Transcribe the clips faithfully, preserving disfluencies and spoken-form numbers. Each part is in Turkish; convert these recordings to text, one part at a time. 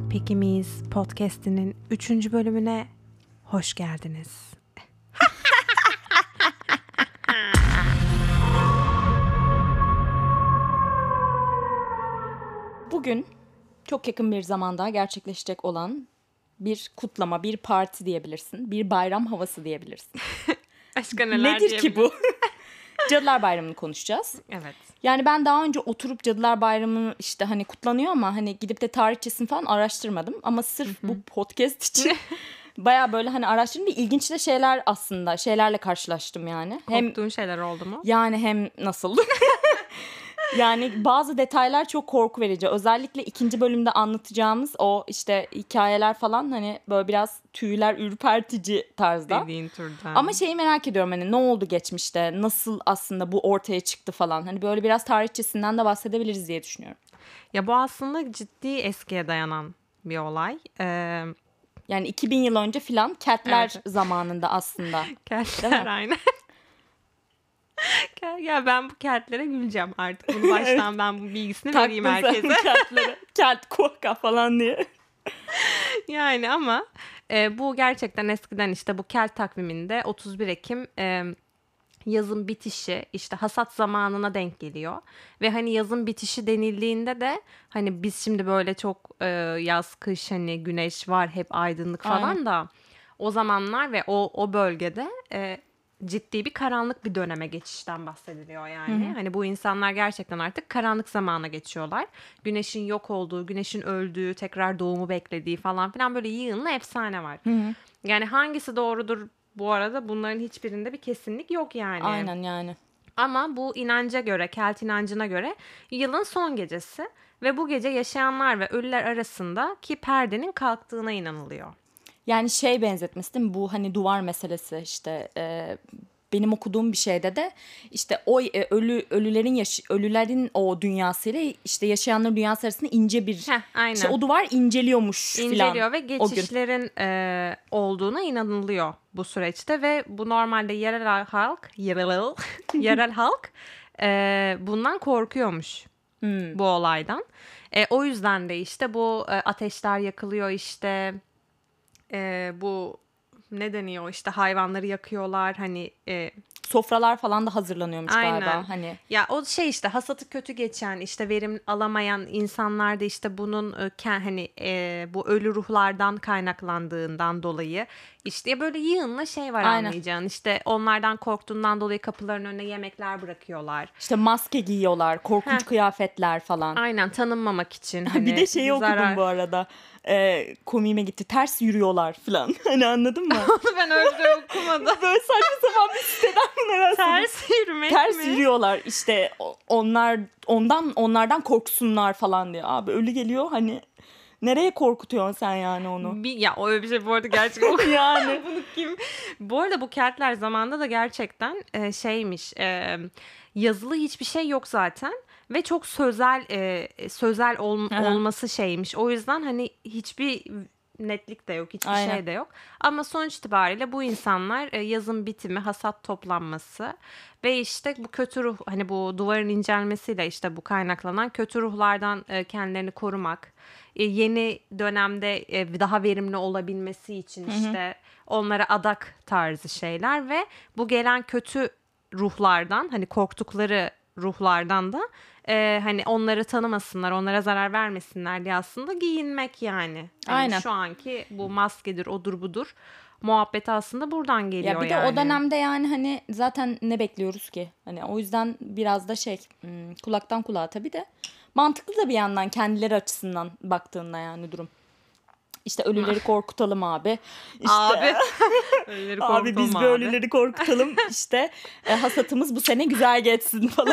Peki Miyiz podcast'inin üçüncü bölümüne hoş geldiniz. Bugün çok yakın bir zamanda gerçekleşecek olan bir kutlama, bir parti diyebilirsin. Bir bayram havası diyebilirsin. Başka neler Nedir ki bu? Cadılar Bayramı'nı konuşacağız. Evet. Yani ben daha önce oturup Cadılar Bayramı işte hani kutlanıyor ama hani gidip de tarihçesini falan araştırmadım. Ama sırf bu podcast için baya böyle hani araştırdım ve ilginç de şeyler aslında şeylerle karşılaştım yani. Korktuğun hem, şeyler oldu mu? Yani hem nasıl? Yani bazı detaylar çok korku verici. Özellikle ikinci bölümde anlatacağımız o işte hikayeler falan hani böyle biraz tüyler ürpertici tarzda. Dediğin türden. Ama şeyi merak ediyorum hani ne oldu geçmişte? Nasıl aslında bu ortaya çıktı falan. Hani böyle biraz tarihçesinden de bahsedebiliriz diye düşünüyorum. Ya bu aslında ciddi eskiye dayanan bir olay. Ee, yani iki bin yıl önce filan Keltler evet. zamanında aslında. Keltler aynen. Ya ben bu keltlere güleceğim artık. Bunu baştan ben bu bilgisini vereyim herkese. Keltlere. Kelt kuaka falan diye. Yani ama e, bu gerçekten eskiden işte bu Kelt takviminde otuz bir Ekim e, yazın bitişi işte hasat zamanına denk geliyor. Ve hani yazın bitişi denildiğinde de hani biz şimdi böyle çok e, yaz kış hani güneş var hep aydınlık falan Aynen. da o zamanlar ve o o bölgede e, ciddi bir karanlık bir döneme geçişten bahsediliyor yani. Hı hı. Hani bu insanlar gerçekten artık karanlık zamana geçiyorlar. Güneşin yok olduğu, güneşin öldüğü, tekrar doğumu beklediği falan filan böyle yığınla efsane var. Hı hı. Yani hangisi doğrudur bu arada bunların hiçbirinde bir kesinlik yok yani. Aynen yani. Ama bu inanca göre, Kelt inancına göre yılın son gecesi ve bu gece yaşayanlar ve ölüler arasındaki perdenin kalktığına inanılıyor. Yani şey benzetmesi değil mi? Bu hani duvar meselesi işte e, benim okuduğum bir şeyde de işte o e, ölü ölülerin yaş- ölülerin o dünyasıyla işte yaşayanların dünyası arasında ince bir Heh, aynen. işte o duvar inceliyormuş filan. İnceliyor ve geçişlerin e, olduğuna inanılıyor bu süreçte ve bu normalde yerel halk yerel yerel halk e, bundan korkuyormuş. Hmm. Bu olaydan. E, o yüzden de işte bu e, ateşler yakılıyor işte e, bu ne deniyor işte hayvanları yakıyorlar hani e, sofralar falan da hazırlanıyormuş Aynen. galiba hani. Ya o şey işte hasatı kötü geçen işte verim alamayan insanlar da işte bunun hani e, bu ölü ruhlardan kaynaklandığından dolayı işte böyle yığınla şey var Aynen. anlayacağın işte onlardan korktuğundan dolayı kapıların önüne yemekler bırakıyorlar. İşte maske giyiyorlar, korkunç Heh. kıyafetler falan. Aynen tanınmamak için. Hani bir de şeyi zarar... okudum bu arada. Ee, komiğime gitti. Ters yürüyorlar falan. Hani anladın mı? Onu ben öyle okumadım. Böyle saçma sapan bir siteden mi ne Ters yürümek Ters mi? Ters yürüyorlar. İşte onlar ondan onlardan korksunlar falan diye. Abi ölü geliyor hani nereye korkutuyorsun sen yani onu? Bir, ya öyle bir şey bu arada gerçekten. yani. Bunu kim? Bu arada bu Keltler zamanında da gerçekten e, şeymiş. E, yazılı hiçbir şey yok zaten. Ve çok sözel e, sözel ol, olması şeymiş. O yüzden hani hiçbir netlik de yok, hiçbir Aynen. şey de yok. Ama sonuç itibariyle bu insanlar e, yazın bitimi, hasat toplanması ve işte bu kötü ruh hani bu duvarın incelmesiyle işte bu kaynaklanan kötü ruhlardan e, kendilerini korumak, e, yeni dönemde e, daha verimli olabilmesi için Hı-hı. işte onlara adak tarzı şeyler ve bu gelen kötü ruhlardan hani korktukları ruhlardan da e, hani onları tanımasınlar, onlara zarar vermesinler diye aslında giyinmek yani. yani Aynen. Şu anki bu maskedir, odur budur muhabbeti aslında buradan geliyor yani. Ya bir yani. de o dönemde yani hani zaten ne bekliyoruz ki? Hani o yüzden biraz da şey kulaktan kulağa tabii de mantıklı da bir yandan kendileri açısından baktığında yani durum. İşte ölüleri korkutalım abi. İşte, abi. ölüleri korkutalım abi biz abi. bir ölüleri korkutalım. İşte e, hasatımız bu sene güzel geçsin falan.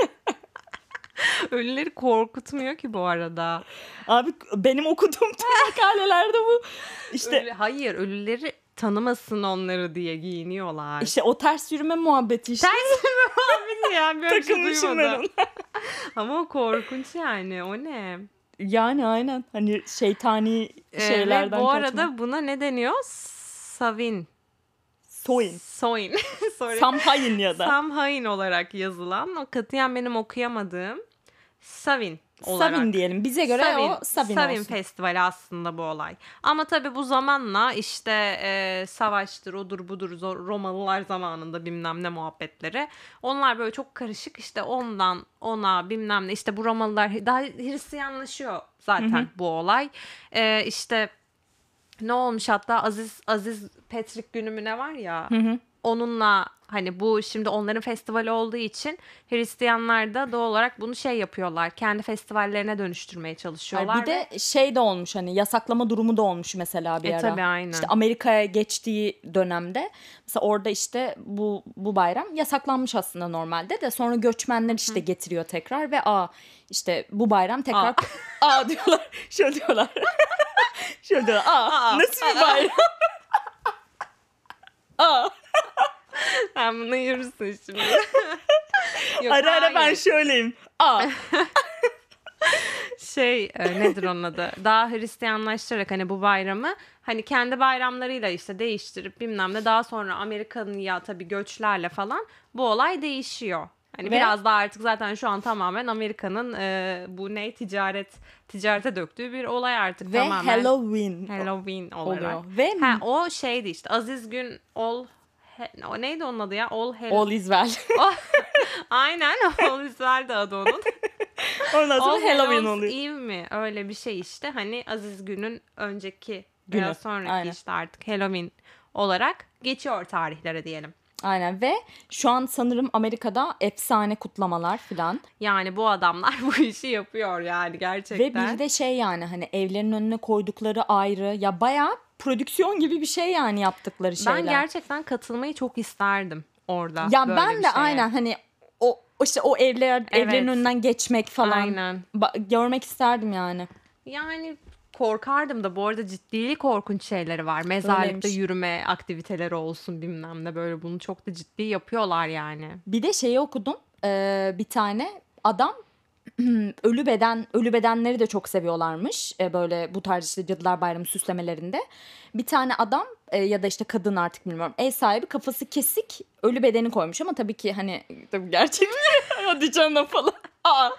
Ölüleri korkutmuyor ki bu arada. Abi benim okuduğum tüm makalelerde bu. İşte Ölü, hayır ölüleri tanımasın onları diye giyiniyorlar. İşte o ters yürüme muhabbeti işte. Ters yürüme muhabbeti ya. Böyle Takılmışım ben ona. Ama o korkunç yani. O ne? Yani aynen. Hani şeytani ee, şeylerden kaçma. Ve bu arada kaçma. Buna ne deniyor? Savin. Soin. Soin. Samhain ya da. Samhain olarak yazılan o katiyen benim okuyamadığım Savin olarak. Samim diyelim. Bize göre Samim, o Samim, Samim olsun. Festivali aslında bu olay. Ama tabii bu zamanla işte e, savaştır, odur budur, zor- Romalılar zamanında bilmem ne muhabbetleri. Onlar böyle çok karışık, işte ondan ona bilmem ne, işte bu Romalılar daha Hristiyanlaşıyor zaten Hı hı. bu olay. E, işte ne olmuş hatta Aziz Aziz Petrik günü mü ne var ya, Hı hı. onunla hani bu şimdi onların festivali olduğu için Hristiyanlar da doğal olarak bunu şey yapıyorlar. Kendi festivallerine dönüştürmeye Hayır, çalışıyorlar bir de ve şey de olmuş, hani yasaklama durumu da olmuş mesela bir e ara. tabii aynen. İşte Amerika'ya geçtiği dönemde mesela orada işte bu bu bayram yasaklanmış aslında normalde de, sonra göçmenler işte getiriyor tekrar ve aa işte bu bayram tekrar Aa. aa, diyorlar. Şöyle diyorlar. Şöyle diyorlar. Aa, Aa. nasıl bir bayram? Aa. Sen bunu yürürsün şimdi. Yok, Ara ara ben hayır. şöyleyim. Aa. Şey e, nedir onun adı? Daha Hristiyanlaştırarak hani bu bayramı hani kendi bayramlarıyla işte değiştirip bilmem ne, daha sonra Amerika'nın ya tabii göçlerle falan bu olay değişiyor. Hani Ve- biraz daha artık zaten şu an tamamen Amerika'nın e, bu ne ticaret ticarete döktüğü bir olay artık Ve tamamen. Halloween Halloween olarak. oluyor. Ve Ha, o şeydi işte Aziz Gün All He- o neydi onun adı ya? All Hell. All is well. Oh, aynen All is Well'di adı onun. Ondan sonra All Halloween Hallows oluyor. Eve mi? Öyle bir şey işte. Hani Aziz Gün'ün önceki Günü, veya sonraki aynen. işte artık Halloween olarak geçiyor tarihlere diyelim. Aynen, ve şu an sanırım Amerika'da efsane kutlamalar filan. Yani bu adamlar bu işi yapıyor yani gerçekten. Ve bir de şey, yani hani evlerin önüne koydukları ayrı, ya bayağı prodüksiyon gibi bir şey yani yaptıkları şeyler. Ben gerçekten katılmayı çok isterdim orada. Ya böyle ben bir de şeye. aynen hani o işte o evler Evet. evlerin önünden geçmek falan Aynen. ba- görmek isterdim yani. Yani korkardım da bu arada, ciddili korkunç şeyleri var. Mezarlıkta Öyleymiş. yürüme aktiviteleri olsun bilmem ne, böyle bunu çok da ciddi yapıyorlar yani. Bir de şeyi okudum. Ee, bir tane adam ölü beden ölü bedenleri de çok seviyorlarmış. Ee, böyle bu tarz işte Cadılar Bayramı süslemelerinde. Bir tane adam e, ya da işte kadın, artık bilmiyorum, ev sahibi kafası kesik ölü bedeni koymuş, ama tabii ki hani tabii gerçek mi? Hadi canım falan. Aa.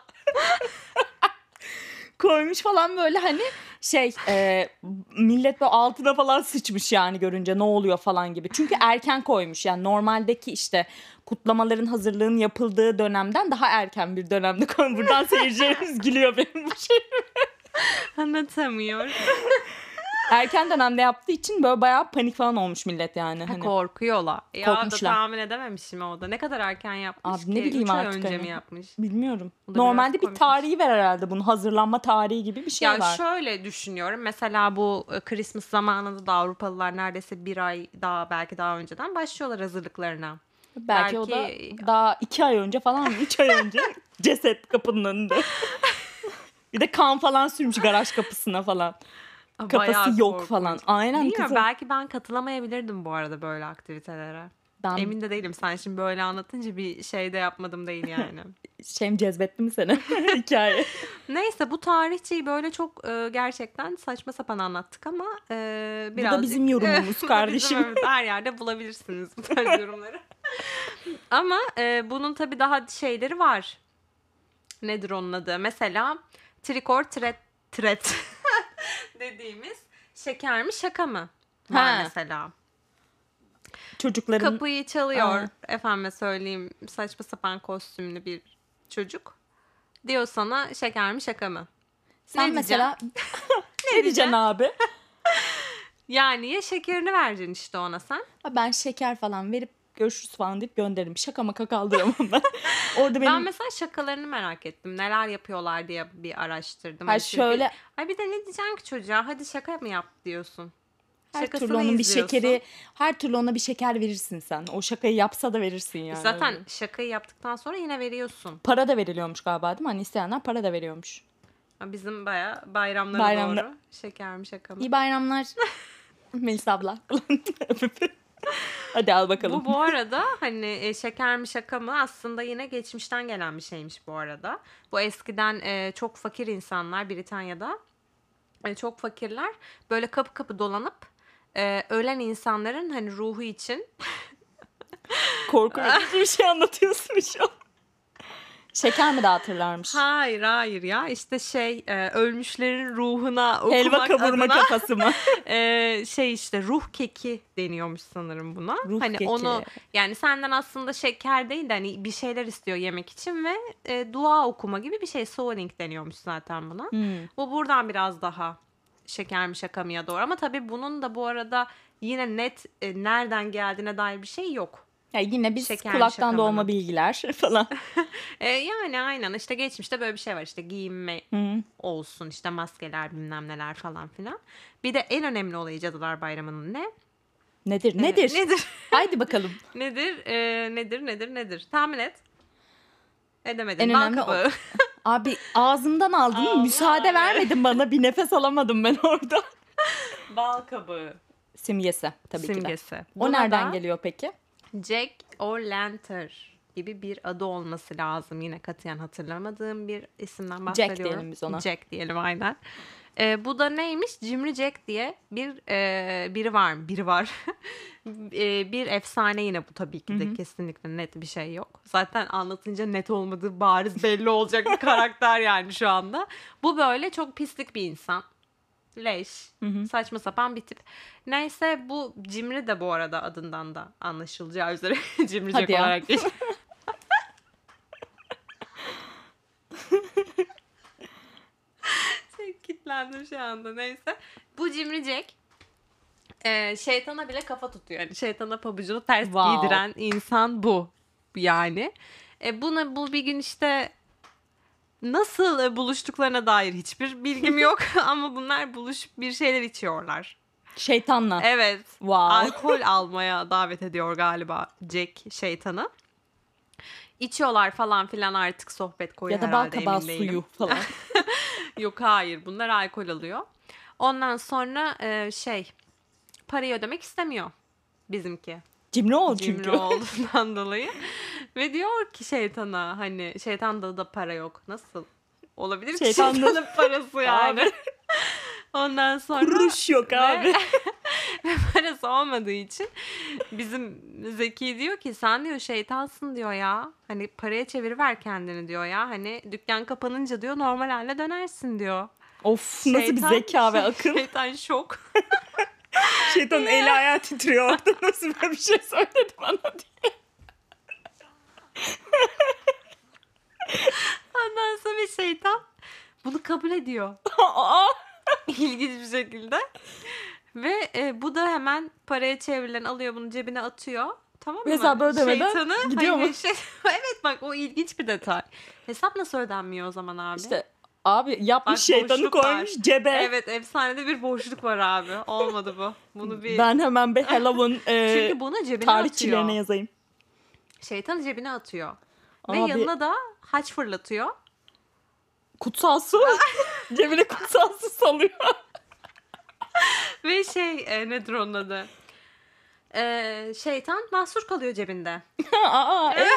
Koymuş falan, böyle hani şey e, millet böyle altına falan sıçmış yani görünce, ne oluyor falan gibi. Çünkü erken koymuş, yani normaldeki işte kutlamaların hazırlığın yapıldığı dönemden daha erken bir dönemde koymuş. Buradan seyircilerimiz gülüyor benim bu şey. Anlatamıyor. Erken dönemde yaptığı için böyle bayağı panik falan olmuş millet yani. Ha, Hani. korkuyorlar. Ya da Korkmuşlar. tahmin edememişim o da. Ne kadar erken yapmış Abi ki? ne bileyim Üç ay artık önce hani. mi yapmış? Bilmiyorum. O da Normalde biraz bir komikmiş. tarihi ver herhalde, bunun hazırlanma tarihi gibi bir şey Ya var. şöyle düşünüyorum. Mesela bu e, Christmas zamanında da Avrupalılar neredeyse bir ay daha, belki daha önceden başlıyorlar hazırlıklarına. Belki, o da belki- daha iki ay önce falan mı? Üç ay önce ceset kapının önünde. Bir de kan falan sürmüş garaj kapısına falan. Kafası Bayağı yok korkunç. falan. Aynen Değil mi? kızım. Belki ben katılamayabilirdim bu arada böyle aktivitelere. Ben Emin de değilim. Sen şimdi böyle anlatınca bir şey de yapmadım değil yani. şeyim cezbetti mi seni hikaye? Neyse, bu tarihçeyi böyle çok e, gerçekten saçma sapan anlattık ama e, Bu birazcık... da bizim yorumumuz Bu da bizim, kardeşim. evet, her yerde bulabilirsiniz bu tarz yorumları. Ama e, bunun tabii daha şeyleri var. Nedir onun adı? Mesela trick or treat, treat dediğimiz şeker mi şaka mı var Ha. mesela. Çocukların Kapıyı çalıyor. Aa. Efendime söyleyeyim, saçma sapan kostümlü bir çocuk. Diyor sana şeker mi şaka mı? sen ne mesela ne diyeceksin abi? Yani ya şekerini vereceksin işte ona sen. Ha, ben şeker falan verip görüşürüz falan deyip gönderirim. Şaka maka kaldıramam ben. Orada benim Ben mesela şakalarını merak ettim. Neler yapıyorlar diye bir araştırdım. Ha, Hani çünkü- şöyle- Ay bir de ne diyeceksin ki çocuğa? Hadi şaka mı yap diyorsun. her Şakasını türlü onun bir izliyorsun. şekeri, her türlü ona bir şeker verirsin sen. O şakayı yapsa da verirsin yani. Zaten öyle. şakayı yaptıktan sonra yine veriyorsun. Para da veriliyormuş galiba, değil mi? Hani isteyenler para da veriyormuş. Bizim baya bayramlara Bayramda- doğru. Şeker mi şaka mı? İyi bayramlar. Melis abla. Hadi al bakalım. Bu bu arada hani e, şeker mi şaka mı aslında yine geçmişten gelen bir şeymiş bu arada. Bu eskiden e, çok fakir insanlar Britanya'da e, çok fakirler böyle kapı kapı dolanıp e, ölen insanların hani ruhu için Korkunç bir şey anlatıyorsun şu an. Şeker mi dağıtırlarmış? Hayır hayır ya işte şey e, ölmüşlerin ruhuna okumak Helva kavurma adına kafası mı? e, şey işte ruh keki deniyormuş sanırım buna. Ruh Hani keki. onu yani senden aslında şeker değil de hani bir şeyler istiyor yemek için ve e, dua okuma gibi bir şey. Sowing deniyormuş zaten buna. Hmm. Bu buradan biraz daha şeker mi şaka mıya doğru ama tabii bunun da bu arada yine net e, nereden geldiğine dair bir şey yok. Ya yine biz Şeker mi, kulaktan şaka doğma mı? bilgiler falan. E, yani aynen işte geçmişte böyle bir şey var işte giyinme Hı. olsun işte maskeler bilmem neler falan filan. Bir de en önemli olayı Cadılar Bayramı'nın ne? Nedir? E, Nedir? nedir? Haydi bakalım. nedir? E, nedir? Nedir? Nedir? Tahmin et. Edemedin. En önemli Balkabağı. Abi ağzımdan aldın. Allah Müsaade Allah. vermedin bana. Bir nefes alamadım ben orada. Balkabağı Simgesi tabii ki de. simgesi. O Buna nereden da geliyor peki? Jack O'Lantern gibi bir adı olması lazım. Yine katiyen hatırlamadığım bir isimden bahsediyorum. Jack diyelim biz ona. Jack diyelim aynen. Ee, bu da neymiş? Cimri Jack diye bir e, biri var. Biri var. E, bir efsane yine bu tabii ki de kesinlikle net bir şey yok. Zaten anlatınca net olmadığı bariz belli olacak bir karakter yani şu anda. Bu böyle çok pislik bir insan. Leş. Saçma sapan bir tip. Neyse bu Cimri de bu arada adından da anlaşılacağı üzere Cimri Jack Hadi ya. olarak geçiyor. Çok kilitlendim şu anda neyse. Bu Cimri Jack e, şeytana bile kafa tutuyor. Yani şeytana pabucunu ters Wow. giydiren insan bu. Yani. E, buna bu bir gün işte nasıl e, buluştuklarına dair hiçbir bilgim yok ama bunlar buluşup bir şeyler içiyorlar. Şeytanla. Evet. Wow. Alkol almaya davet ediyor galiba Jack şeytanı. İçiyorlar falan filan artık sohbet koyu Ya da herhalde bal kabağı emin değilim. suyu falan. Yok hayır bunlar alkol alıyor. Ondan sonra e, şey parayı ödemek istemiyor bizimki. Cimri ol Cimri çünkü. olduğundan dolayı. Ve diyor ki şeytana hani şeytanda da para yok. Nasıl olabilir ki Şeytanda- şeytanın parası yani. Abi. Ondan sonra Kuruş yok abi. ve parası olmadığı için bizim Zeki diyor ki sen diyor şeytansın diyor ya. Hani paraya çeviriver kendini diyor ya. Hani dükkan kapanınca diyor normal haline dönersin diyor. Of nasıl bir Şeytan- zeka ve şey- akıl. Şeytan şok. Şeytanın eli ayağı titriyor orada. Nasıl böyle bir şey söyledi bana diye. Ondan sonra şeytan bunu kabul ediyor. Aa! İlginç bir şekilde. Ve e, bu da hemen paraya çevrilen alıyor bunu cebine atıyor. Tamam mı? Hesabı ödemeden Şeytanı, gidiyor hayır, mu? Şey, evet bak o ilginç bir detay. Hesap nasıl ödenmiyor o zaman abi? İşte abi yapmış Bak, şeytanı boşluk koymuş var. cebe. Evet efsanede bir boşluk var abi. Olmadı bu. Bunu bir... Ben hemen bir Halloween e, Çünkü bunu cebine tarihçilerine atıyor. yazayım. Şeytanı cebine atıyor. Ve Abi- yanına da haç fırlatıyor. Kutsal su. Cebine kutsal su salıyor. Ve şey e, nedir onun adı? E, şeytan mahsur kalıyor cebinde. Aa, e,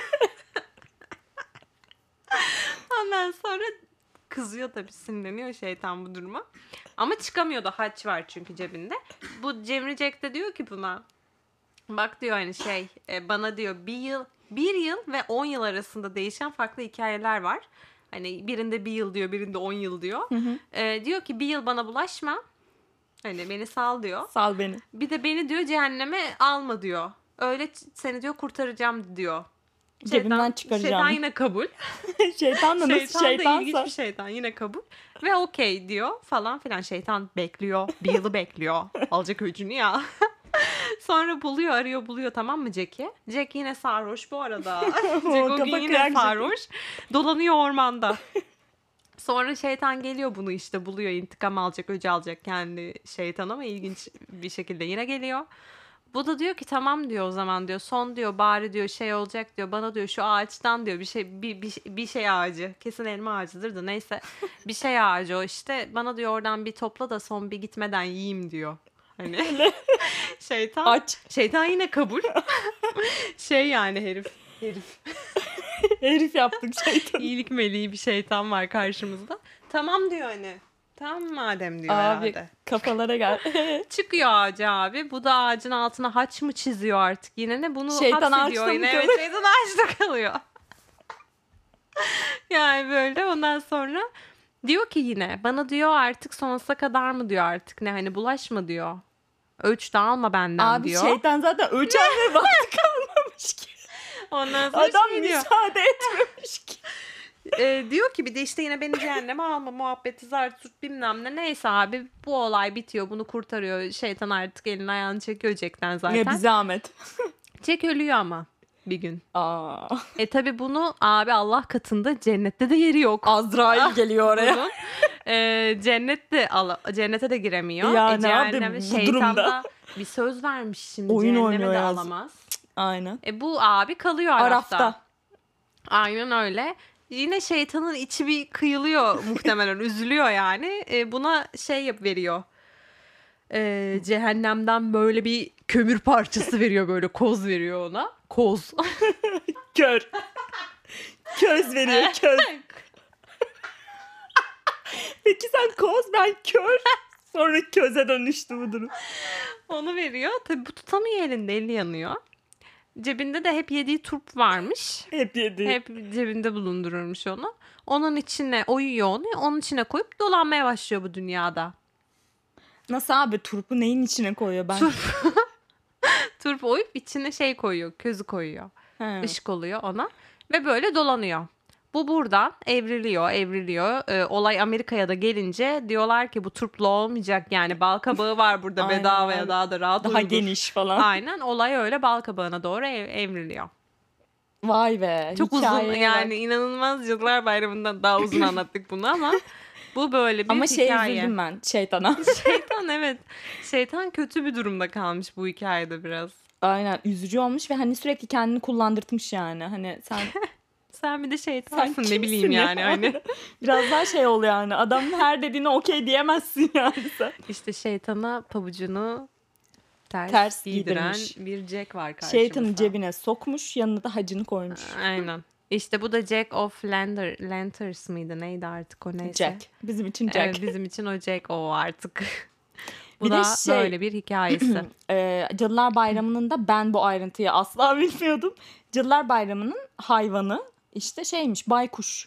Ondan sonra kızıyor tabii sinirleniyor şeytan bu duruma. Ama çıkamıyor da haç var çünkü cebinde. Bu Cemre Jack de diyor ki buna bak diyor hani şey e, bana diyor bir yıl bir yıl ve on yıl arasında değişen farklı hikayeler var. Hani birinde bir yıl diyor birinde on yıl diyor. E, diyor ki bir yıl bana bulaşma. Hani beni sal diyor. sal beni. Bir de beni diyor cehenneme alma diyor. Öyle ç- seni diyor kurtaracağım diyor. Cebimden çıkaracağım. Şeytan yine kabul. Şeytan da nasıl Şeytan da ilginç şeytansa. bir şeytan yine kabul. Ve okey diyor falan filan. Şeytan bekliyor. Bir yılı bekliyor. Alacak öcünü ya. Sonra buluyor arıyor buluyor tamam mı Jack'i? Jack yine sarhoş bu arada. Jack o kafa gün yine kıyak sarhoş. Dolanıyor ormanda. Sonra şeytan geliyor bunu işte buluyor intikam alacak öcü alacak kendi şeytan ama ilginç bir şekilde yine geliyor. Bu da diyor ki tamam diyor o zaman diyor son diyor bari diyor şey olacak diyor bana diyor şu ağaçtan diyor bir şey bir, bir, bir şey ağacı kesin elma ağacıdır da neyse bir şey ağacı o işte bana diyor oradan bir topla da son bir gitmeden yiyeyim diyor. Hani şeytan Aç. şeytan yine kabul. Şey yani herif herif Herif yaptık şeytan. iyilik meleği bir şeytan var karşımızda. Tamam diyor hani. Tamam madem diyor Abi herhalde. kafalara gel. Çıkıyor ağaca abi. Bu da ağacın altına haç mı çiziyor artık yine ne? Bunu Şeytan hapsediyor ağaçta yine. mı Evet kalıyor? şeytan ağaçta kalıyor. Yani böyle ondan sonra diyor ki yine bana diyor artık sonsuza kadar mı diyor artık ne hani bulaşma diyor. Ölç de alma benden Abi diyor. şeytan zaten ölç almaya vakti kalmamış ki. Ondan sonra Adam şey diyor. müsaade etmemiş ki. E, diyor ki bir de işte yine beni cehenneme alma muhabbeti zart tut bilmem ne. Neyse abi bu olay bitiyor bunu kurtarıyor. Şeytan artık elini ayağını çekiyor Jack'ten zaten. Ya bir zahmet. Jack ölüyor ama bir gün. Aa. E tabi bunu abi Allah katında cennette de yeri yok. Azrail geliyor oraya. Bunun, e, cennet de ala- cennete de giremiyor. Ya e, ne cehenneme yapayım bu şeytan durumda? da bir söz vermiş şimdi Oyun cehenneme oynuyor de yaz. alamaz. Aynen. E bu abi kalıyor Araf'ta. Araf'ta. Aynen öyle. Yine şeytanın içi bir kıyılıyor muhtemelen üzülüyor yani. E, buna şey yap veriyor. E, cehennemden böyle bir kömür parçası veriyor böyle koz veriyor ona. Koz. Kör. Köz veriyor köz. Peki sen koz ben kör. Sonra köze dönüştü bu durum. Onu veriyor. Tabii bu tutamıyor elinde eli yanıyor. Cebinde de hep yediği turp varmış. Hep yedi. Hep cebinde bulundururmuş onu. Onun içine oyuyor onu. Onun içine koyup dolanmaya başlıyor bu dünyada. Nasıl abi turpu neyin içine koyuyor ben? Turp, turp oyup içine şey koyuyor. Közü koyuyor. He. Işık oluyor ona. Ve böyle dolanıyor. Bu buradan evriliyor, evriliyor. Ee, olay Amerika'ya da gelince diyorlar ki bu turpla olmayacak yani bal kabağı var burada Aynen, bedavaya aynen. daha da rahat Daha uygur. geniş falan. Aynen olay öyle bal kabağına doğru ev, evriliyor. Vay be. Çok hikayeye uzun bak. yani inanılmaz Cadılar Bayramı'ndan daha uzun anlattık bunu ama bu böyle bir Ama şey hikaye. üzüldüm ben şeytana. Şeytan evet. Şeytan kötü bir durumda kalmış bu hikayede biraz. Aynen üzücü olmuş ve hani sürekli kendini kullandırtmış yani. Hani sen Sen bir de sen şeytansın kimsin ne bileyim ya? yani hani. Biraz daha şey ol yani. Adamın her dediğine okey diyemezsin yani sen. İşte şeytana pabucunu ters, Ters giydiren giydirmiş. bir Jack var karşımızda. Şeytanın cebine sokmuş, yanına da hacını koymuş. Aynen. İşte bu da Jack of Lander, Lanterns mıydı neydi artık o neyse. Jack. Bizim için Jack. Evet, bizim için o Jack o artık. Bu Bir de da şey- böyle bir hikayesi. Ee, Cadılar Bayramı'nın da ben bu ayrıntıyı asla bilmiyordum. Cadılar Bayramı'nın hayvanı işte şeymiş baykuş.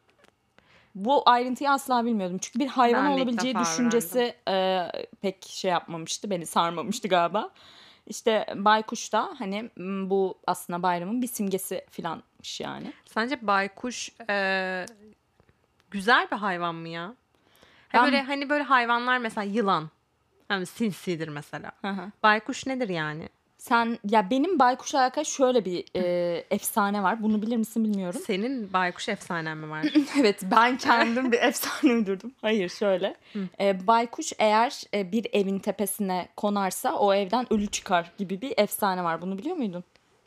Bu ayrıntıyı asla bilmiyordum. Çünkü bir hayvan Ben de ilk olabileceği defa düşüncesi e, pek şey yapmamıştı. Beni sarmamıştı galiba. İşte baykuş da hani m, bu aslında bayramın bir simgesi filanmış yani. Sence baykuş e, güzel bir hayvan mı ya? Ha Ben- böyle hani böyle hayvanlar mesela yılan. Hani sinsidir mesela. Hı hı. Baykuş nedir yani? Sen ya benim baykuşla alakalı şöyle bir e, efsane var. Bunu bilir misin bilmiyorum. Senin baykuş efsanen mi var? Evet ben kendim bir efsane uydurdum. Hayır şöyle. E, baykuş eğer e, bir evin tepesine konarsa o evden ölü çıkar gibi bir efsane var. Bunu biliyor muydun?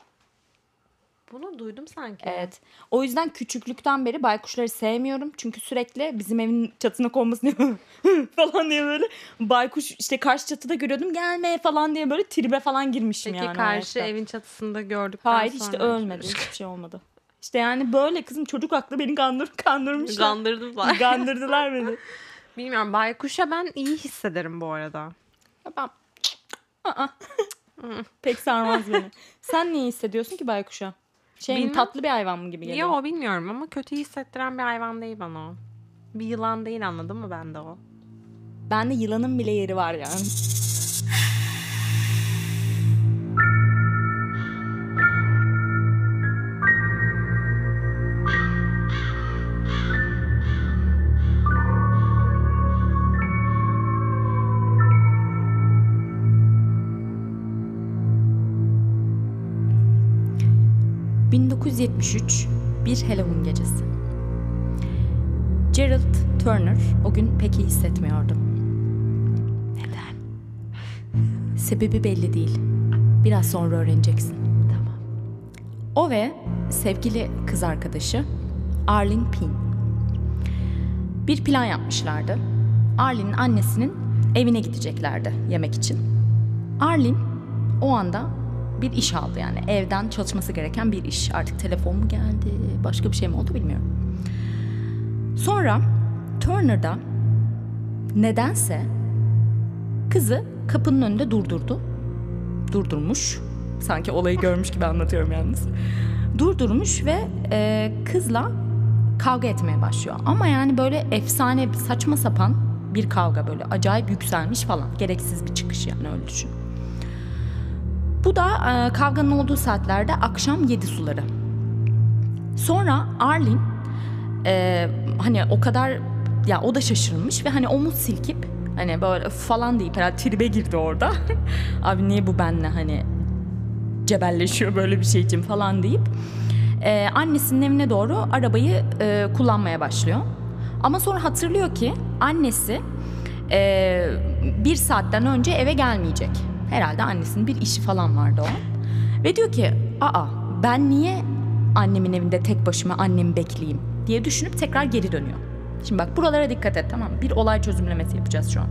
Bunu duydum sanki. Evet. O yüzden küçüklükten beri baykuşları sevmiyorum. Çünkü sürekli bizim evin çatına konması diye falan diye böyle baykuş işte karşı çatıda görüyordum gelme falan diye böyle tribe falan girmişim Peki yani. o karşı yaşta. evin çatısında gördükten Hayır sonra. işte ölmedi. Hiçbir şey olmadı. İşte yani böyle kızım çocuk aklı beni kandır, kandırmışlar. Kandırdılar. Kandırdılar beni. Bilmiyorum baykuşa ben iyi hissederim bu arada. Ya ben... Aa. Pek sarmaz beni. Sen niye hissediyorsun ki baykuşa? Şey mi, Bilmem. tatlı bir hayvan mı gibi geliyor? Yo bilmiyorum ama kötü hissettiren bir hayvan değil bana o. Bir yılan değil anladın mı bende o? Bende yılanın bile yeri var yani. bin dokuz yüz yetmiş üç bir Halloween gecesi. Gerald Turner o gün pek iyi hissetmiyordu. Neden? Sebebi belli değil. Biraz sonra öğreneceksin. Tamam. O ve sevgili kız arkadaşı Arlene Payne bir plan yapmışlardı. Arlene'in annesinin evine gideceklerdi yemek için. Arlene o anda bir iş aldı yani evden çalışması gereken bir iş. Artık telefon mu geldi, başka bir şey mi oldu bilmiyorum. Sonra Turner da nedense kızı kapının önünde durdurdu. Durdurmuş. Sanki olayı görmüş gibi anlatıyorum yalnız. Durdurmuş ve e, kızla kavga etmeye başlıyor. Ama yani böyle efsane, saçma sapan bir kavga, böyle acayip yükselmiş falan. Gereksiz bir çıkış yani, öyle düşün. Bu da e, kavganın olduğu saatlerde akşam yedi suları. Sonra Arlene e, hani o kadar, ya o da şaşırmış ve hani omuz silkip hani böyle falan deyip herhalde tribe girdi orada. Abi niye bu benle hani cebelleşiyor böyle bir şey için falan deyip e, annesinin evine doğru arabayı e, kullanmaya başlıyor. Ama sonra hatırlıyor ki annesi e, bir saatten önce eve gelmeyecek. Herhalde annesinin bir işi falan vardı o. Ve diyor ki aa ben niye annemin evinde tek başıma annemi bekleyeyim diye düşünüp tekrar geri dönüyor. Şimdi bak buralara dikkat et, tamam mı? Bir olay çözümlemesi yapacağız şu an.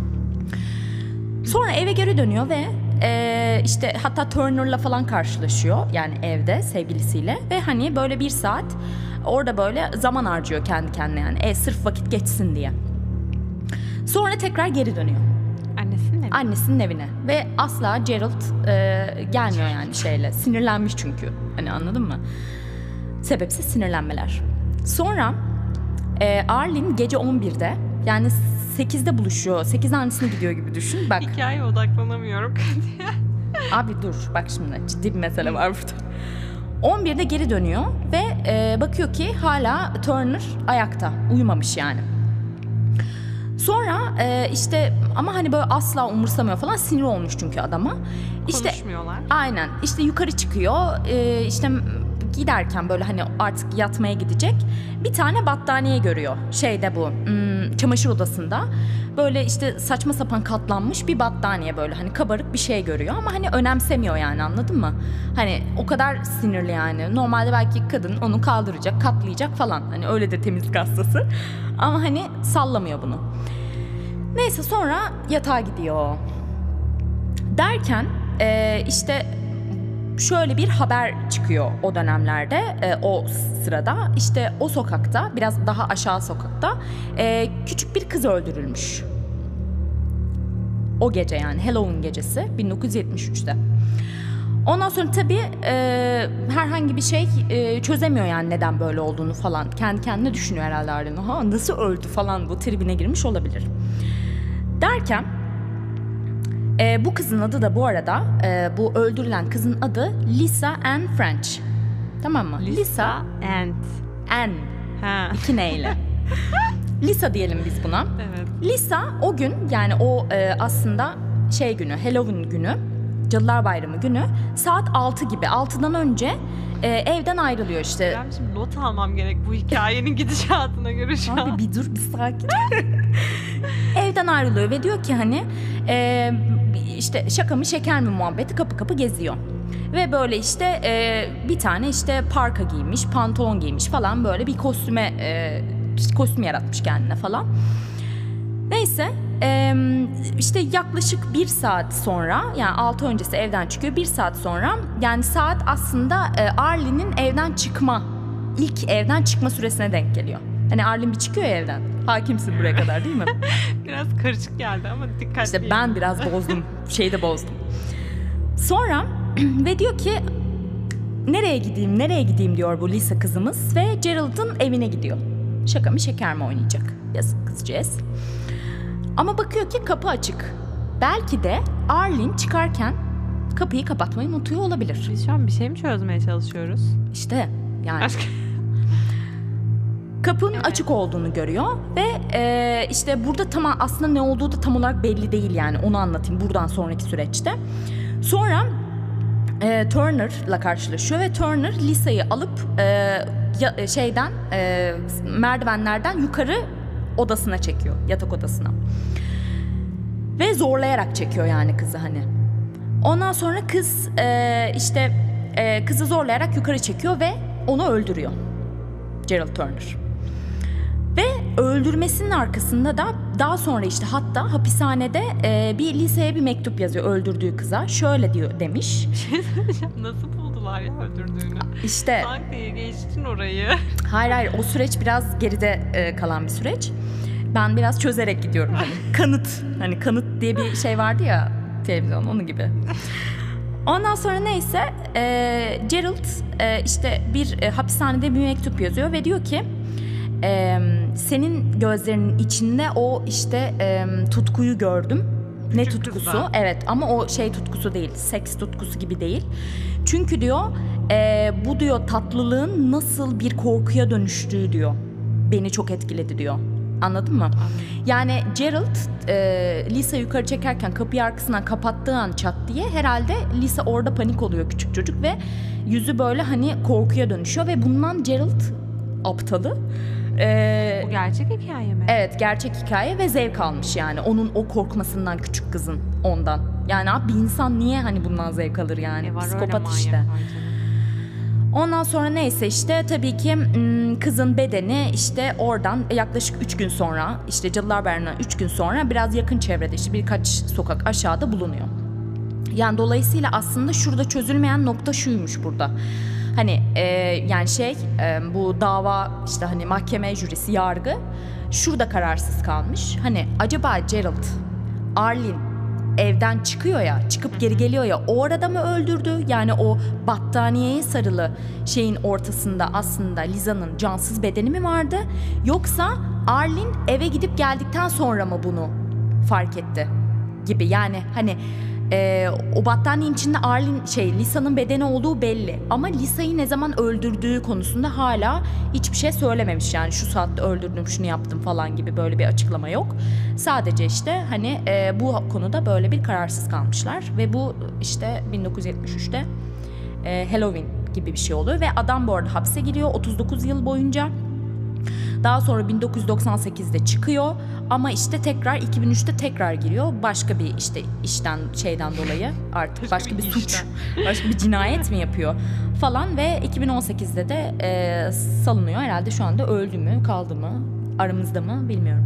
Sonra eve geri dönüyor ve e, işte hatta Turner'la falan karşılaşıyor. Yani evde sevgilisiyle ve hani böyle bir saat orada böyle zaman harcıyor kendi kendine yani. E, sırf vakit geçsin diye. Sonra tekrar geri dönüyor. Annesinin evine. Annesinin evine. Ve asla Gerald e, gelmiyor yani şeyle. Sinirlenmiş çünkü. Hani anladın mı? Sebepsiz sinirlenmeler. Sonra e, Arlene gece on birde yani sekizde buluşuyor. sekizde annesine gidiyor gibi düşün. Bak. Hikayeye odaklanamıyorum. Abi dur bak şimdi ciddi bir mesele var burada. on birde geri dönüyor ve e, bakıyor ki hala Turner ayakta. Uyumamış yani. Sonra e, işte ama hani böyle asla umursamıyor falan, sinir olmuş çünkü adama. İşte, konuşmuyorlar. Aynen işte yukarı çıkıyor e, işte giderken böyle hani artık yatmaya gidecek bir tane battaniye görüyor şeyde bu hmm, çamaşır odasında. Böyle işte saçma sapan katlanmış bir battaniye, böyle hani kabarık bir şey görüyor ama hani önemsemiyor yani, anladın mı? Hani o kadar sinirli yani. Normalde belki kadın onu kaldıracak, katlayacak falan. Hani öyle de temizlik hastası. Ama hani sallamıyor bunu. Neyse sonra yatağa gidiyor. Derken e, işte şöyle bir haber çıkıyor o dönemlerde, e, o sırada. İşte o sokakta, biraz daha aşağı sokakta e, küçük bir kız öldürülmüş. O gece yani Halloween gecesi bin dokuz yüz yetmiş üçte. Ondan sonra tabii e, herhangi bir şey e, çözemiyor yani neden böyle olduğunu falan. Kendi kendine düşünüyor herhalde Arlene. Ha nasıl öldü falan, bu tribine girmiş olabilir. Derken e, bu kızın adı da bu arada e, bu öldürülen kızın adı Lisa Ann French. Tamam mı? Lisa, Lisa and Ann. Ha. İki neyle? Lisa diyelim biz buna. Evet. Lisa o gün yani o e, aslında şey günü, Halloween günü, Cadılar Bayramı günü saat altı gibi, altıdan önce e, evden ayrılıyor işte. Ben şimdi not almam gerek bu hikayenin gidişatına göre şu an. Abi bir dur, bir sakin. Evden ayrılıyor ve diyor ki hani e, işte şaka mı şeker mi muhabbeti, kapı kapı geziyor. Ve böyle işte e, bir tane işte parka giymiş, pantolon giymiş falan, böyle bir kostüme e, kostüm yaratmış kendine falan. Neyse e, işte yaklaşık bir saat sonra, yani altı öncesi evden çıkıyor, bir saat sonra yani saat aslında e, Arlene'in evden çıkma, ilk evden çıkma süresine denk geliyor. Hani Arlene bir çıkıyor ya evden. Hakimsin buraya kadar değil mi? Biraz karışık geldi ama dikkatli. İşte ben biraz bozdum. Şeyi de bozdum. Sonra ve diyor ki nereye gideyim, nereye gideyim diyor bu Lisa kızımız ve Gerald'ın evine gidiyor. Şaka mı şeker mi oynayacak? Yazık kızcağız. Ama bakıyor ki kapı açık. Belki de Arlene çıkarken kapıyı kapatmayı unutuyor olabilir. Biz şu an bir şey mi çözmeye çalışıyoruz? İşte yani. Aşk. Kapının evet. açık olduğunu görüyor ve e, işte burada tam aslında ne olduğu da tam olarak belli değil yani, onu anlatayım buradan sonraki süreçte. Sonra e, Turner'la karşılaşıyor ve Turner Lisa'yı alıp e, ya, şeyden e, merdivenlerden yukarı odasına çekiyor, yatak odasına. Ve zorlayarak çekiyor yani kızı hani. Ondan sonra kız e, işte e, kızı zorlayarak yukarı çekiyor ve onu öldürüyor. Gerald Turner. Ve öldürmesinin arkasında da daha sonra işte hatta hapishanede e, bir liseye bir mektup yazıyor öldürdüğü kıza. Şöyle diyor demiş. Bir şey söyleyeceğim. Nasıl buldular ya öldürdüğünü? İşte. Tank diye geçtin orayı. Hayır hayır o süreç biraz geride e, kalan bir süreç. Ben biraz çözerek gidiyorum. Hani kanıt. Hani kanıt diye bir şey vardı ya televizyon, onun gibi. Ondan sonra neyse e, Gerald e, işte bir e, hapishanede bir mektup yazıyor ve diyor ki e, senin gözlerinin içinde o işte e, tutkuyu gördüm. Ne Küçük tutkusu? kızda. Evet, ama o şey tutkusu değil, seks tutkusu gibi değil. Çünkü diyor e, bu diyor tatlılığın nasıl bir korkuya dönüştüğü diyor. Beni çok etkiledi diyor. Anladın mı? Yani Gerald e, Lisa yukarı çekerken kapıyı arkasından kapattığı an çat diye herhalde Lisa orada panik oluyor, küçük çocuk, ve yüzü böyle hani korkuya dönüşüyor ve bundan Gerald aptalı. E, Bu gerçek hikaye mi? evet, gerçek hikaye ve zevk almış yani onun o korkmasından, küçük kızın ondan. Yani abi bir insan niye hani bundan zevk alır yani? E var öyle Psikopat manyaklar işte. canım. Ondan sonra neyse işte tabii ki m, kızın bedeni işte oradan yaklaşık üç gün sonra, işte Cadılar Bayramı'ndan üç gün sonra biraz yakın çevrede, işte birkaç sokak aşağıda bulunuyor. Yani dolayısıyla aslında şurada çözülmeyen nokta şuymuş burada. Hani e, yani şey e, bu dava işte hani mahkeme jürisi, yargı şurada kararsız kalmış. Hani acaba Gerald, Arlene evden çıkıyor ya, çıkıp geri geliyor ya, o arada mı öldürdü? Yani o battaniyeye sarılı şeyin ortasında aslında Lisa'nın cansız bedeni mi vardı? Yoksa Arlene eve gidip geldikten sonra mı bunu fark etti gibi. Yani hani e, o battaniyenin içinde Arlene şey Lisa'nın bedeni olduğu belli. Ama Lisa'yı ne zaman öldürdüğü konusunda hala hiçbir şey söylememiş. Yani şu saatte öldürdüm, şunu yaptım falan gibi böyle bir açıklama yok. Sadece işte hani e, bu konuda böyle bir kararsız kalmışlar. Ve bu işte bin dokuz yüz yetmiş üçte e, Halloween gibi bir şey oluyor. Ve adam bu arada hapse giriyor otuz dokuz yıl boyunca. Daha sonra bin dokuz yüz doksan sekizde çıkıyor ama işte tekrar iki bin üçte tekrar giriyor. Başka bir işte işten şeyden dolayı artık başka, başka bir, bir suç, başka bir cinayet mi yapıyor falan ve iki bin on sekizde de e, salınıyor. Herhalde şu anda öldü mü, kaldı mı, aramızda mı bilmiyorum.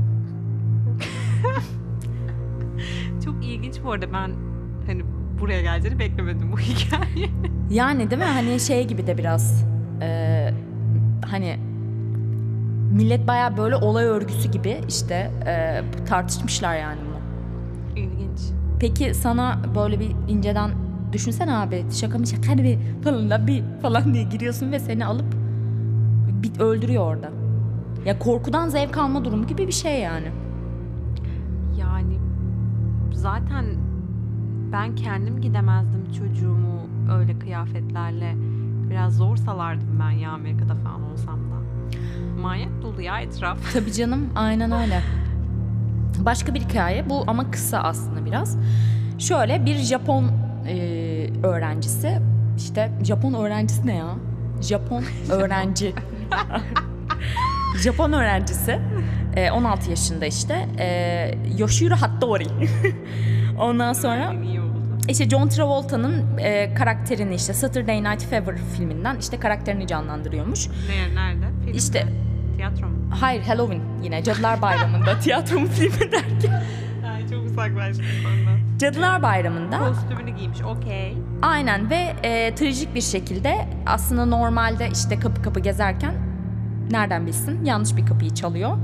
Çok ilginç bu arada, ben hani buraya geleceğini beklemedim bu hikaye. Yani değil mi? Hani şey gibi de biraz e, hani millet bayağı böyle olay örgüsü gibi işte e, tartışmışlar yani bunu. İlginç. Peki sana böyle bir inceden düşünsene abi, şaka mı şaka bir falan da bir falan diye giriyorsun ve seni alıp bir öldürüyor orada. Ya korkudan zevk alma durumu gibi bir şey yani. Yani zaten ben kendim gidemezdim çocuğumu öyle kıyafetlerle. Biraz zor salardım ben ya Amerika'da falan olsam da. Manyak dolu ya etraf. Tabii canım, aynen öyle. Başka bir hikaye bu ama kısa aslında biraz. Şöyle bir Japon e, öğrencisi, işte Japon öğrencisi ne ya? Japon öğrenci. Japon öğrencisi e, on altı yaşında işte e, Yoshiro Hattori. Ondan sonra işte John Travolta'nın e, karakterini işte Saturday Night Fever filminden işte karakterini canlandırıyormuş. Ne, nerede? Film işte mi? Tiyatro mu? Hayır, Halloween yine Cadılar Bayramı'nda tiyatro mu filmi derken. Ay çok uzaklaştık ondan. Cadılar Bayramı'nda. Kostümünü giymiş, okey. Aynen ve e, trajik bir şekilde aslında normalde işte kapı kapı gezerken nereden bilsin yanlış bir kapıyı çalıyor.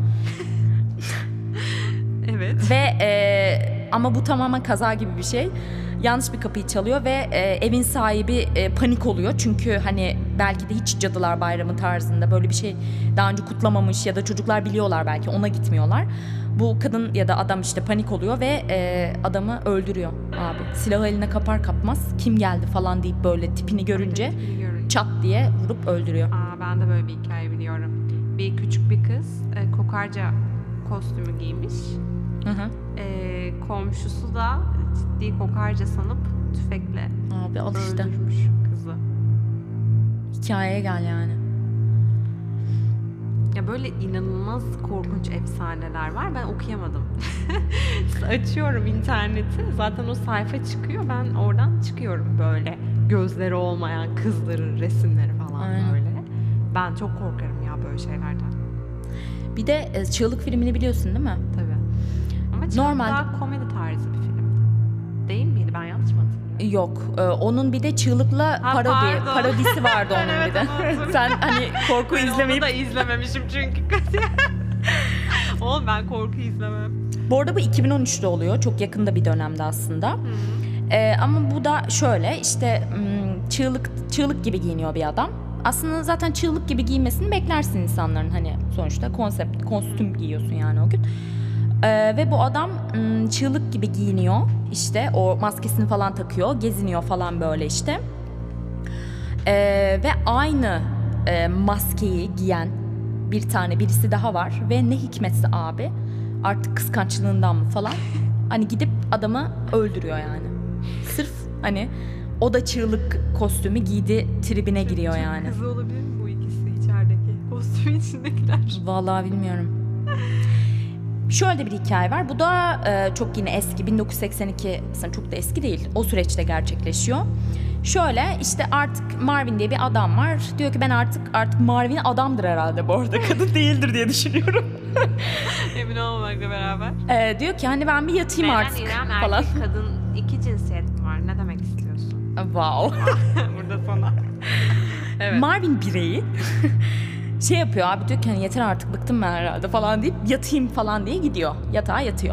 Evet. Ve e, ama bu tamamen kaza gibi bir şey. Yanlış bir kapıyı çalıyor ve e, evin sahibi e, panik oluyor. Çünkü hani belki de hiç Cadılar Bayramı tarzında böyle bir şey daha önce kutlamamış ya da çocuklar biliyorlar belki, ona gitmiyorlar. Bu kadın ya da adam işte panik oluyor ve e, adamı öldürüyor abi. Silahı eline kapar kapmaz kim geldi falan deyip böyle tipini görünce çat diye vurup öldürüyor. Aa, ben de böyle bir hikaye biliyorum. Bir küçük bir kız e, kokarca kostümü giymiş. Hı hı. E, komşusu da ciddi kokarca sanıp tüfekle Abi al işte. öldürmüş kızı. Hikayeye gel yani. Ya böyle inanılmaz korkunç efsaneler var. Ben okuyamadım. Açıyorum interneti. Zaten o sayfa çıkıyor. Ben oradan çıkıyorum böyle. Gözleri olmayan kızların resimleri falan. Aynen. Böyle. Ben çok korkarım ya böyle şeylerden. Bir de e, Çığlık filmini biliyorsun değil mi? Tabii. Ama Çığlık Normalde... daha komedi tarzı bir film. Değil miydi? Ben yanlış mı hatırlıyorum? Yok. E, onun bir de Çığlık'la ha, parodi, pardon. parodisi vardı onun evet, bir de. Sen hani korku ben izlemeyip... onu da izlememişim çünkü. Oğlum ben korku izlemem. Bu arada bu iki bin on üçte oluyor. Çok yakında bir dönemde aslında. E, ama bu da şöyle işte çığlık çığlık gibi giyiniyor bir adam. aslında zaten çığlık gibi giyinmesini beklersin insanların. Hani sonuçta konsept, kostüm giyiyorsun yani o gün. Ee, ve bu adam ım, çığlık gibi giyiniyor. İşte o maskesini falan takıyor. Geziniyor falan böyle işte. Ee, ve aynı e, maskeyi giyen bir tane birisi daha var. Ve ne hikmetse abi, artık kıskançlığından mı falan, hani gidip adamı öldürüyor yani. Sırf hani o da çığlık kostümü giydi tribine giriyor yani. Kızı olabilir mi bu ikisi içerideki kostümün içindekiler? Vallahi bilmiyorum. Şöyle bir hikaye var. Bu da e, çok yine eski. bin dokuz yüz seksen iki, aslında çok da eski değil. O süreçte gerçekleşiyor. Şöyle işte artık Marvin diye bir adam var. Diyor ki ben artık artık Marvin adamdır herhalde bu arada. Kadın değildir diye düşünüyorum. Emin olmamakla beraber. E, diyor ki hani ben bir yatayım Meğer artık İrem, falan. erkek kadın iki cinsiyet mi var? Ne demek istiyorsun? Wow. Burada sana. Evet. Marvin bireyi şey yapıyor abi, diyor ki hani yeter artık, bıktım ben herhalde falan deyip yatayım falan diye gidiyor. Yatağa yatıyor.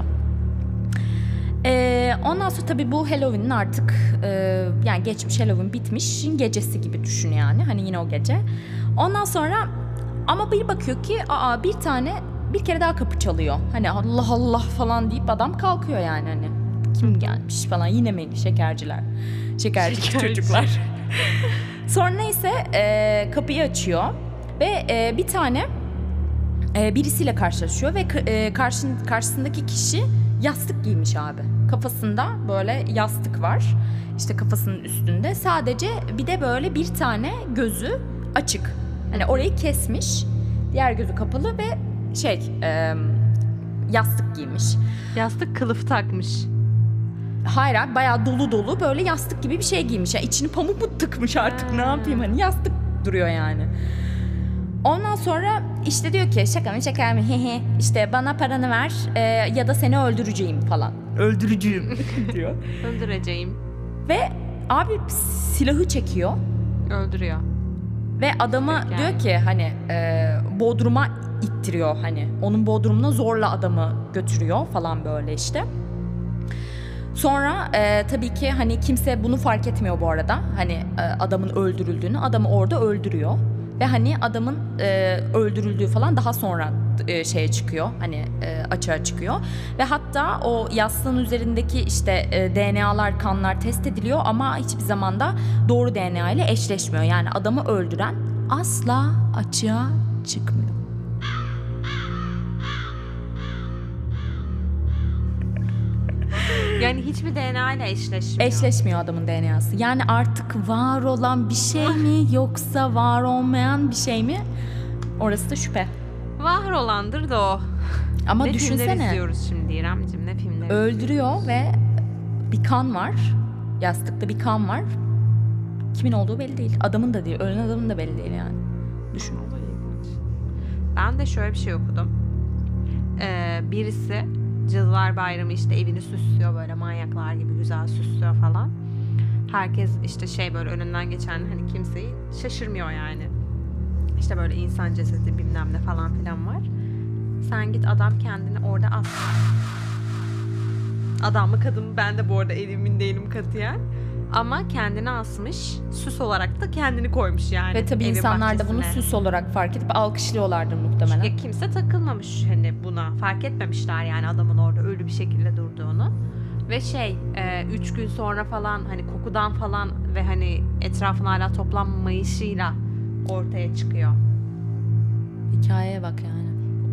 Ee, ondan sonra tabii bu Halloween'in artık e, yani geçmiş, Halloween bitmiş gecesi gibi düşün yani. Hani yine o gece. Ondan sonra ama bir bakıyor ki aa, bir tane bir kere daha kapı çalıyor. Hani Allah Allah falan deyip adam kalkıyor yani, hani kim gelmiş falan, yine mi şekerciler? Şekerci, Şekerci. çocuklar. Sonra neyse e, kapıyı açıyor ve e, bir tane e, birisiyle karşılaşıyor ve e, karşın, karşısındaki kişi yastık giymiş abi. Kafasında böyle yastık var. İşte kafasının üstünde sadece bir de böyle bir tane gözü açık. Hani orayı kesmiş. Diğer gözü kapalı ve şey e, yastık giymiş. Yastık kılıf takmış. Hayır abi, bayağı dolu dolu böyle yastık gibi bir şey giymiş. Yani içini pamuk mu tıkmış artık, ne yapayım, hani yastık duruyor yani. Ondan sonra işte diyor ki şaka mı şaka mı hehe, işte bana paranı ver e, ya da seni öldüreceğim falan. Öldüreceğim diyor. Öldüreceğim. Ve abi silahı çekiyor Öldürüyor. ve adamı Yani. diyor ki hani e, Bodrum'a ittiriyor, hani onun Bodrum'una zorla adamı götürüyor falan böyle işte. Sonra e, tabii ki hani kimse bunu fark etmiyor bu arada. Hani e, adamın öldürüldüğünü, adamı orada öldürüyor. Ve hani adamın e, öldürüldüğü falan daha sonra e, şeye çıkıyor. Hani e, açığa çıkıyor. Ve hatta o yastığın üzerindeki işte e, D N A'lar, kanlar test ediliyor ama hiçbir zaman da doğru D N A ile eşleşmiyor. Yani adamı öldüren asla açığa çıkmıyor. Yani hiçbir D N A ile eşleşmiyor. Eşleşmiyor adamın D N A'sı. Yani artık var olan bir şey mi yoksa var olmayan bir şey mi? Orası da şüphe. Var olandır da o. Ama ne filmler düşünsene. izliyoruz şimdi İremciğim, ne filmler Öldürüyor ve bir kan var. Yastıkta bir kan var. Kimin olduğu belli değil. Adamın da değil. Ölen adamın da belli değil yani. Düşün. Ben de şöyle bir şey okudum. Ee, birisi Cadılar Bayramı işte evini süslüyor, böyle manyaklar gibi güzel süslüyor falan. Herkes işte şey böyle önünden geçen hani kimseyi şaşırmıyor yani. İşte böyle insan cesedi bilmem ne falan filan var. Sen git adam kendini orada as. Adam mı kadın mı ben de bu arada evimin değilim katiyen. Ama kendini asmış, süs olarak da kendini koymuş yani. Ve tabii evin insanlar da bunu bahçesine. süs olarak fark edip alkışlıyorlardır muhtemelen. Ya kimse takılmamış hani buna. Fark etmemişler yani adamın orada ölü bir şekilde durduğunu. Ve şey, e, üç gün sonra falan hani kokudan falan ve hani etrafın hala toplanmayışıyla ortaya çıkıyor. Hikayeye bak yani.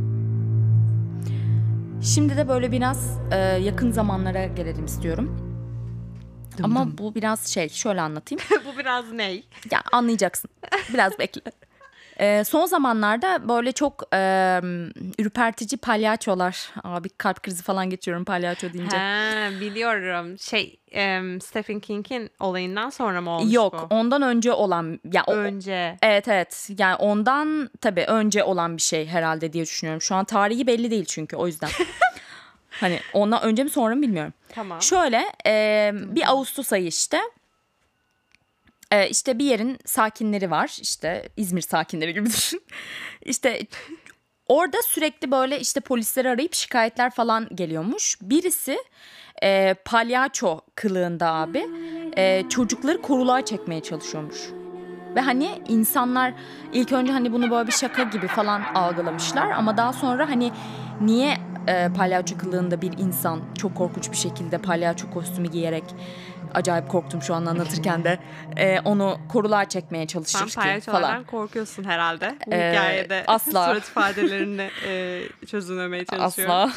Şimdi de böyle biraz e, yakın zamanlara gelelim istiyorum. Ama bu biraz şey, şöyle anlatayım. Bu biraz ney? Ya anlayacaksın. Biraz bekle. Ee, son zamanlarda böyle çok e, ürpertici palyaçolar. Abi kalp krizi falan geçiyorum palyaço deyince. He, biliyorum. Şey, e, Stephen King'in olayından sonra mı olmuş Yok, bu? ondan önce olan ya o, Önce. evet evet. Yani ondan tabii önce olan bir şey herhalde diye düşünüyorum. Şu an tarihi belli değil çünkü, o yüzden. Hani ondan önce mi sonra mı bilmiyorum. Tamam. Şöyle e, bir Ağustos ayı işte. E, işte bir yerin sakinleri var. İşte İzmir sakinleri gibi düşün. İşte orada sürekli böyle işte polisleri arayıp şikayetler falan geliyormuş. Birisi e, palyaço kılığında abi e, çocukları koruluğa çekmeye çalışıyormuş. Ve hani insanlar ilk önce hani bunu böyle bir şaka gibi falan algılamışlar ama daha sonra hani niye e, palyaço kılığında bir insan çok korkunç bir şekilde palyaço kostümü giyerek, acayip korktum şu an anlatırken de, e, onu korular çekmeye çalışır Sen ki palyaçolardan falan. korkuyorsun herhalde. Bu Ee, hikayede asla. surat ifadelerini e, çözümlemeye çalışıyorum. Asla.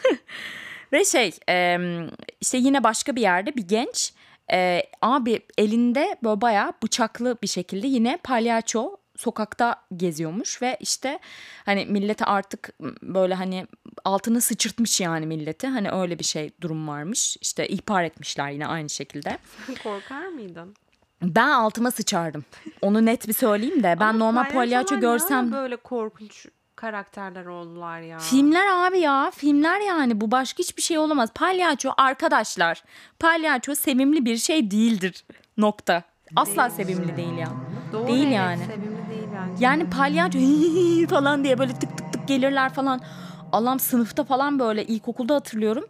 Ve şey e, işte yine başka bir yerde bir genç e, abi elinde böyle bayağı bıçaklı bir şekilde yine palyaço sokakta geziyormuş ve işte hani millete artık böyle hani altını sıçırtmış yani milleti. Hani öyle bir şey durum varmış. İşte ihbar etmişler yine aynı şekilde. Sen korkar mıydın? Ben altıma sıçardım. Onu net bir söyleyeyim de. Ben Ama normal palyaço palyaçolar ne görsem... ara böyle korkunç karakterler oldular ya. Filmler abi ya. Filmler yani. Bu başka hiçbir şey olamaz. Palyaço arkadaşlar. Palyaço sevimli bir şey değildir. Nokta. Asla sevimli değil ya. Doğru, değil evet, yani. sevimli değil bence. Yani palyaço falan diye böyle tık tık tık gelirler falan. Allah'ım, sınıfta falan böyle ilkokulda hatırlıyorum.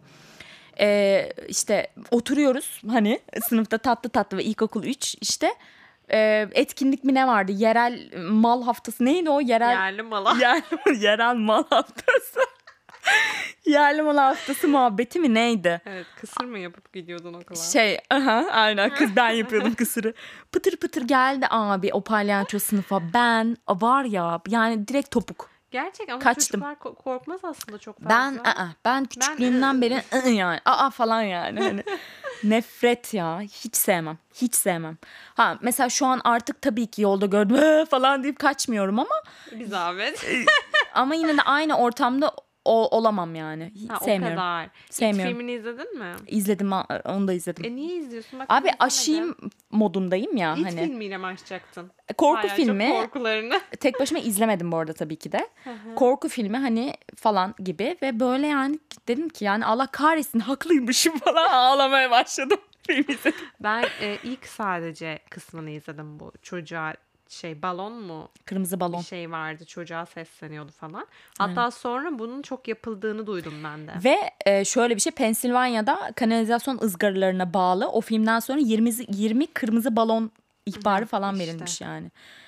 Ee, işte oturuyoruz hani sınıfta tatlı tatlı ve ilkokul üç işte e, etkinlik mi ne vardı, yerel mal haftası neydi o, yerel Yerli mala. yerel, yerel mal haftası yerli mal haftası muhabbeti mi neydi? Evet, kısır mı yapıp gidiyordun okula? Şey aha aynen, kız ben yapıyordum kısırı. Pıtır pıtır geldi abi o palyaço sınıfa, ben var ya yani direkt topuk. Gerçek ama Kaçtım. çocuklar ko- korkmaz aslında çok fazla. Ben aa, ben küçüklüğümden beri ı-ı yani aa falan yani hani nefret ya, hiç sevmem hiç sevmem. Ha mesela şu an artık tabii ki yolda gördüm "Ee!" falan deyip kaçmıyorum ama Bir zahmet. ama yine de aynı ortamda o, olamam yani. Hiç Ha, o sevmiyorum. kadar. Sevmiyorum. İlk filmini izledin mi? İzledim, onu da izledim. E niye izliyorsun? Bak, Abi ben aşayım izlemedim. modundayım ya İlk hani. filmiyle mi açacaktın? Korku Palyaço filmi. korkularını. Tek başıma izlemedim bu arada tabii ki de. Korku filmi hani falan gibi ve böyle yani dedim ki yani Allah kahretsin haklıymışım falan, ağlamaya başladım. Film izledim. Ben e, ilk sadece kısmını izledim, bu çocuğa şey balon mu Kırmızı balon. bir şey vardı, çocuğa sesleniyordu falan. Hatta sonra bunun çok yapıldığını duydum ben de. Ve e, şöyle bir şey, Pensilvanya'da kanalizasyon ızgaralarına bağlı o filmden sonra yirmi, yirmi kırmızı balon ihbarı Hı, falan işte. verilmiş yani.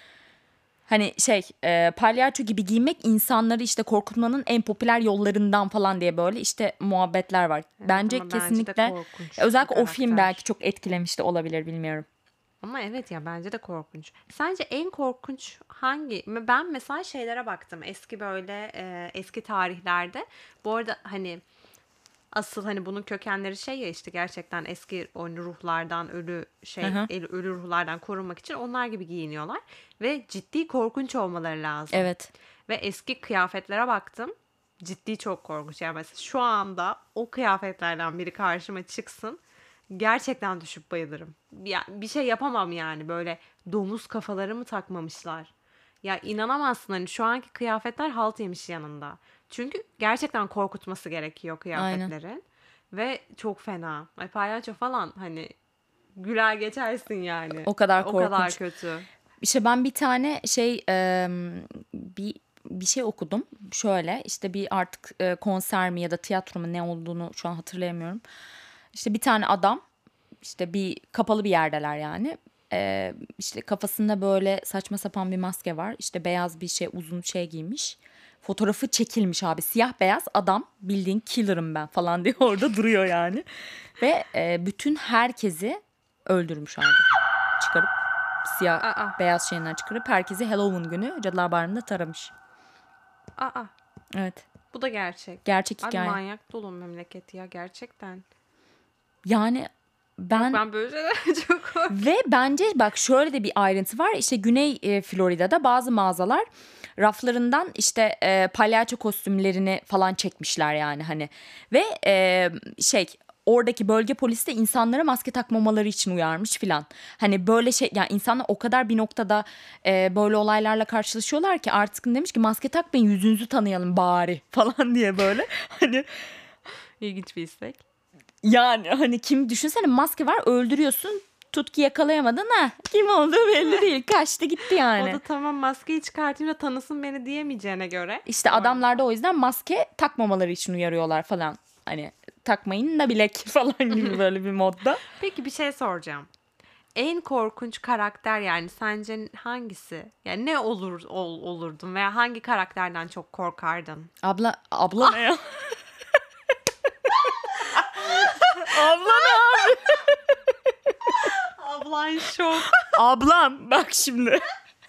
Hani şey e, palyaço gibi giymek insanları işte korkutmanın en popüler yollarından falan diye böyle işte muhabbetler var. Evet, bence ama bence de kesinlikle korkunç özellikle bir o film karakter. belki çok etkilemiş de olabilir, bilmiyorum. Ama evet ya, bence de korkunç. Sence en korkunç hangi? Ben mesela şeylere baktım. Eski böyle e, eski tarihlerde. Bu arada hani asıl hani bunun kökenleri şey ya, işte gerçekten eski o ruhlardan, ölü şey Hı hı. el- ölü ruhlardan korunmak için onlar gibi giyiniyorlar ve ciddi korkunç olmaları lazım. Evet. Ve eski kıyafetlere baktım. Ciddi çok korkunç. Yani mesela şu anda o kıyafetlerden biri karşıma çıksın, gerçekten düşüp bayılırım. Ya, bir şey yapamam yani, böyle domuz kafaları mı takmamışlar? Ya inanamazsın, hani şu anki kıyafetler halt yemiş yanında. Çünkü gerçekten korkutması gerekiyor kıyafetlerin. Ve çok fena. Ay, palyaço falan hani güler geçersin yani. O kadar O kadar korkunç. kötü. İşte ben bir tane şey e, bir bir şey okudum. Şöyle işte bir artık e, konser mi ya da tiyatro mu ne olduğunu şu an hatırlayamıyorum. İşte bir tane adam işte bir kapalı bir yerdeler yani. E, işte kafasında böyle saçma sapan bir maske var. İşte beyaz bir şey, uzun şey giymiş. Fotoğrafı çekilmiş abi. Siyah beyaz adam, bildiğin killer'ım ben falan diye orada duruyor yani. Ve e, bütün herkesi öldürmüş abi. Çıkarıp siyah Aa. beyaz şeyinden çıkarıp herkesi Halloween günü Cadılar Bayramı'nda taramış. Aa. Evet. Bu da gerçek. Gerçek Abi hikaye. manyak dolu memleket ya, gerçekten. Yani ben, Ben böyle şeyler çok korkuyorum. ve bence bak şöyle de bir ayrıntı var. İşte Güney e, Florida'da bazı mağazalar raflarından işte e, palyaço kostümlerini falan çekmişler yani hani. Ve e, şey oradaki bölge polisi de insanlara maske takmamaları için uyarmış filan. Hani böyle şey yani insanlar o kadar bir noktada e, böyle olaylarla karşılaşıyorlar ki artık demiş ki maske takmayın, yüzünüzü tanıyalım bari falan diye böyle. Hani İlginç bir istek. yani hani kim, düşünsene maske var, öldürüyorsun, tut ki yakalayamadın, ha kim olduğu belli değil, kaçtı gitti yani. O da tamam, maskeyi çıkartayım da tanısın beni diyemeyeceğine göre. İşte adamlar da o yüzden maske takmamaları için uyarıyorlar falan. Hani takmayın da bilek falan gibi böyle bir modda. Peki bir şey soracağım. en korkunç karakter yani sence hangisi? Yani ne olur ol, olurdun veya hangi karakterden çok korkardın? Abla abla ne ya? Abla ne? Ablan şok. Ablam bak şimdi.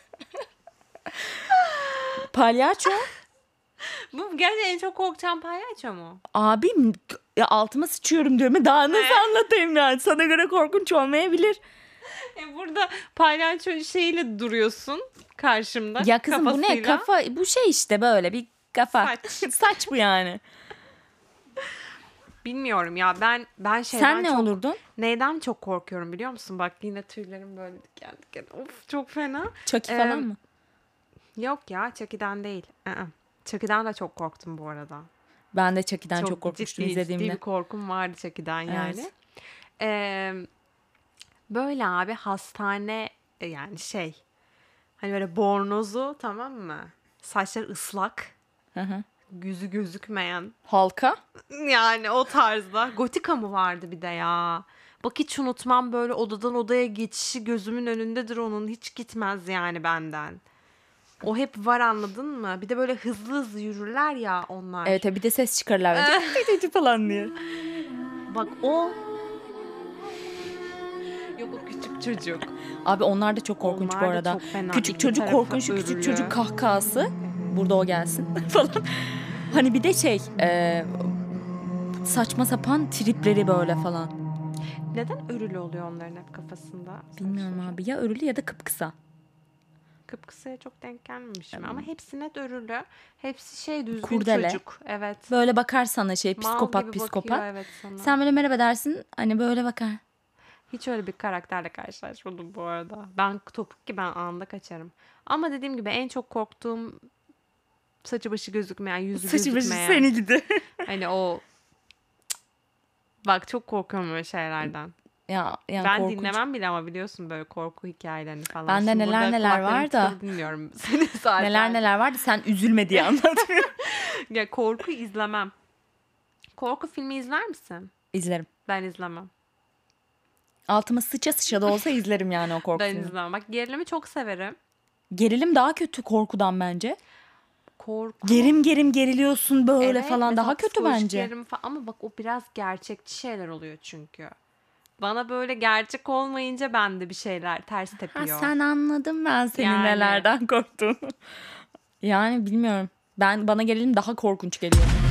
Palyaço. Bu gerçekten en çok korkacağım palyaço mu? Abim ya altıma sıçıyorum diyorum. Daha nasıl anlatayım yani? Sana göre korkunç olmayabilir. E burada palyaço şeyle duruyorsun karşımda. Ya kızım bu ne? kafasıyla. Kafa bu şey işte böyle bir kafa. Saç. Saç bu yani. Bilmiyorum ya ben ben şeyden Sen ne çok, olurdun? neyden çok korkuyorum biliyor musun? Bak yine tüylerim böyle diken diken. Of çok fena. Chucky Ee, falan mı? Yok ya Chucky'den değil. Aa, Chucky'den de çok korktum bu arada. Ben de Chucky'den çok, korkmuştum ciddi, izlediğimde. Ciddi bir korkum vardı Chucky'den yani. Evet. Ee, böyle abi hastane yani şey hani böyle bornozu tamam mı? Saçları ıslak. Hı hı. Yüzü gözükmeyen. Halka. Yani o tarzda. Gotika mı vardı bir de ya? Bak hiç unutmam böyle odadan odaya geçişi gözümün önündedir onun. Hiç gitmez yani benden. O hep var anladın mı? Bir de böyle hızlı hızlı yürürler ya onlar. Evet bir de ses çıkarırlar. Bence falan diye. Bak o... Yok o küçük çocuk. Abi onlar da çok korkunç Onlar bu da arada. çok fena. Küçük Bir çocuk tarafı korkunç, küçük örülü. çocuk kahkahası. Burada o gelsin falan. Hani bir de şey e, saçma sapan tripleri böyle falan. Neden örülü oluyor onların hep kafasında? Bilmiyorum abi ya örülü ya da kıpkısa. Kıpkısaya çok denk gelmemişim ama hepsi net örülü. Hepsi şey düzgün Kurdele. çocuk. Evet. Böyle bakar sana şey Mal psikopat gibi psikopat. bakıyor, evet, sana. Sen böyle merhaba dersin hani böyle bakar. Hiç öyle bir karakterle karşılaşmadım bu arada. Ben topuk ki ben anında kaçarım. Ama dediğim gibi en çok korktuğum saçı başı gözükmeyen, yüzü Saçı başı gözükmeyen. seni gidi. Hani o bak çok korkuyorum böyle şeylerden. Ya yani ben korkunç. dinlemem bile ama biliyorsun böyle korku hikayelerini falan. Bende Şimdi neler burada neler var kulaklarım da. tıkalı dinliyorum seni zaten. Neler neler vardı sen üzülme diye anlatmıyorum. Ya korku izlemem. Korku filmi izler misin? İzlerim. Ben izlemem. Altıma sıça sıça da olsa izlerim yani o korku Ben filmi. izlemem. Bak gerilimi çok severim. Gerilim daha kötü korkudan bence. Korku. Gerim gerim geriliyorsun böyle Evet, falan mesela daha kötü psikolojik bence. gerilim fa- Ama bak o biraz gerçekçi şeyler oluyor çünkü. Bana böyle gerçek olmayınca bende bir şeyler ters Ha, tepiyor. sen anladın ben senin Yani. nelerden korktuğunu. Yani bilmiyorum. Ben bana gerilim daha korkunç geliyor.